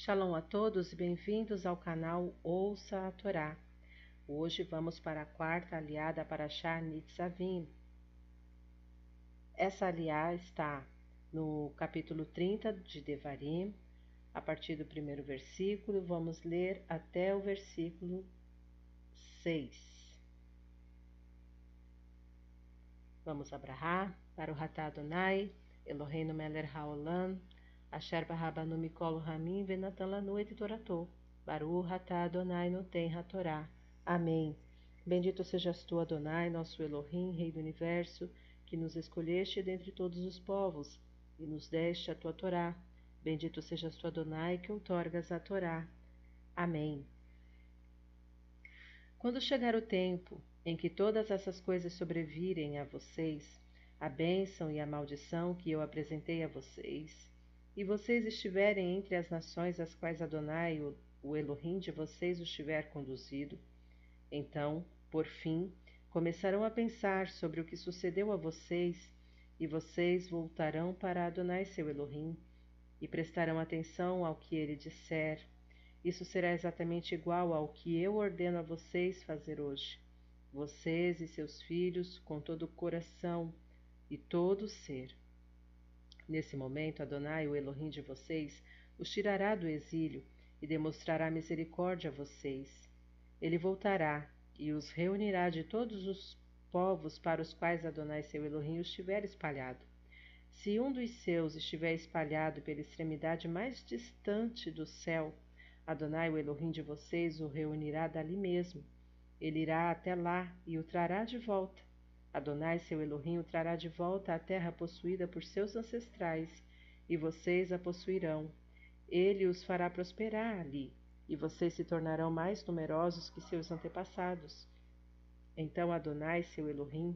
Shalom a todos e bem-vindos ao canal Ouça a Torá. Hoje vamos para a quarta aliá da Parashá Nitzavim. Essa aliá está no capítulo 30 de Devarim, a partir do primeiro versículo, vamos ler até o versículo 6. Vamos abrahar para o Ratá Adonai, Eloheinu Melech Haolam, Asher Barabanu Mikol Ramin Venatan Lanu et Toratou, Baru Ratá Adonai Noten HaTorá. Amém. Bendito sejas tu, Adonai, nosso Elohim, Rei do Universo, que nos escolheste dentre todos os povos e nos deste a tua Torá. Bendito sejas tu, Adonai, que outorgas a Torá. Amém. Quando chegar o tempo em que todas essas coisas sobrevirem a vocês, a bênção e a maldição que eu apresentei a vocês, e vocês estiverem entre as nações às quais Adonai, o Elohim de vocês, os tiver conduzido, então, por fim, começarão a pensar sobre o que sucedeu a vocês, e vocês voltarão para Adonai, seu Elohim, e prestarão atenção ao que ele disser. Isso será exatamente igual ao que eu ordeno a vocês fazer hoje, vocês e seus filhos, com todo o coração e todo o ser. Nesse momento, Adonai, o Elohim de vocês, os tirará do exílio e demonstrará misericórdia a vocês. Ele voltará e os reunirá de todos os povos para os quais Adonai, seu Elohim, os tiver espalhado. Se um dos seus estiver espalhado pela extremidade mais distante do céu, Adonai, o Elohim de vocês, o reunirá dali mesmo. Ele irá até lá e o trará de volta. Adonai, seu Elohim, o trará de volta à terra possuída por seus ancestrais, e vocês a possuirão. Ele os fará prosperar ali, e vocês se tornarão mais numerosos que seus antepassados. Então Adonai, seu Elohim,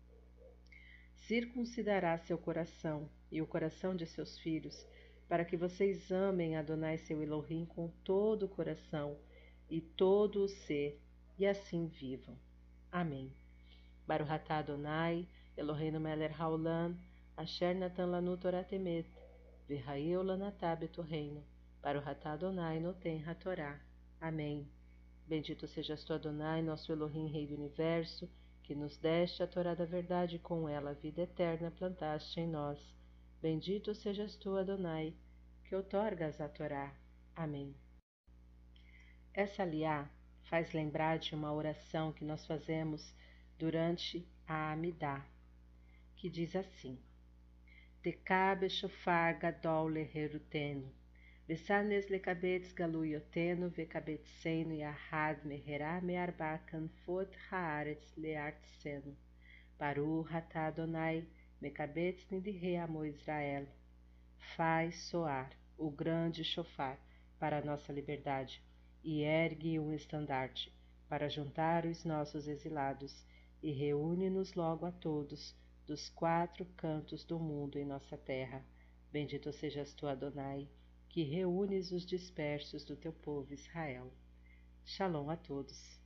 circuncidará seu coração e o coração de seus filhos, para que vocês amem Adonai, seu Elohim, com todo o coração e todo o ser, e assim vivam. Amém. Baru Ratá Adonai, Eloheinu Melech Haolam, Asher Natan Lanu Torá Temet, V'Haeu Lanatá Betorreino, Baru Ratá Adonai Noten HaTorá. Amém. Bendito sejas tu, Adonai, nosso Elohim, Rei do Universo, que nos deste a Torá da verdade e com ela a vida eterna plantaste em nós. Bendito sejas tu, Adonai, que outorgas a Torá. Amém. Essa aliá faz lembrar de uma oração que nós fazemos durante a Amidá, que diz assim: Tekabe shofar gadol leherutenu, Vesanes lekabetz galuyotenu, Vekabetzenu yahad meherá mearba kanfot haaretz leartzenu, Baru Ratá Adonai, Mekabetz nidrei amo Israel. Faz soar o grande shofar para a nossa liberdade e ergue um estandarte para juntar os nossos exilados e reúne-nos logo a todos dos 4 cantos do mundo em nossa terra. Bendito sejas tu, Adonai, que reúnes os dispersos do teu povo Israel. Shalom a todos.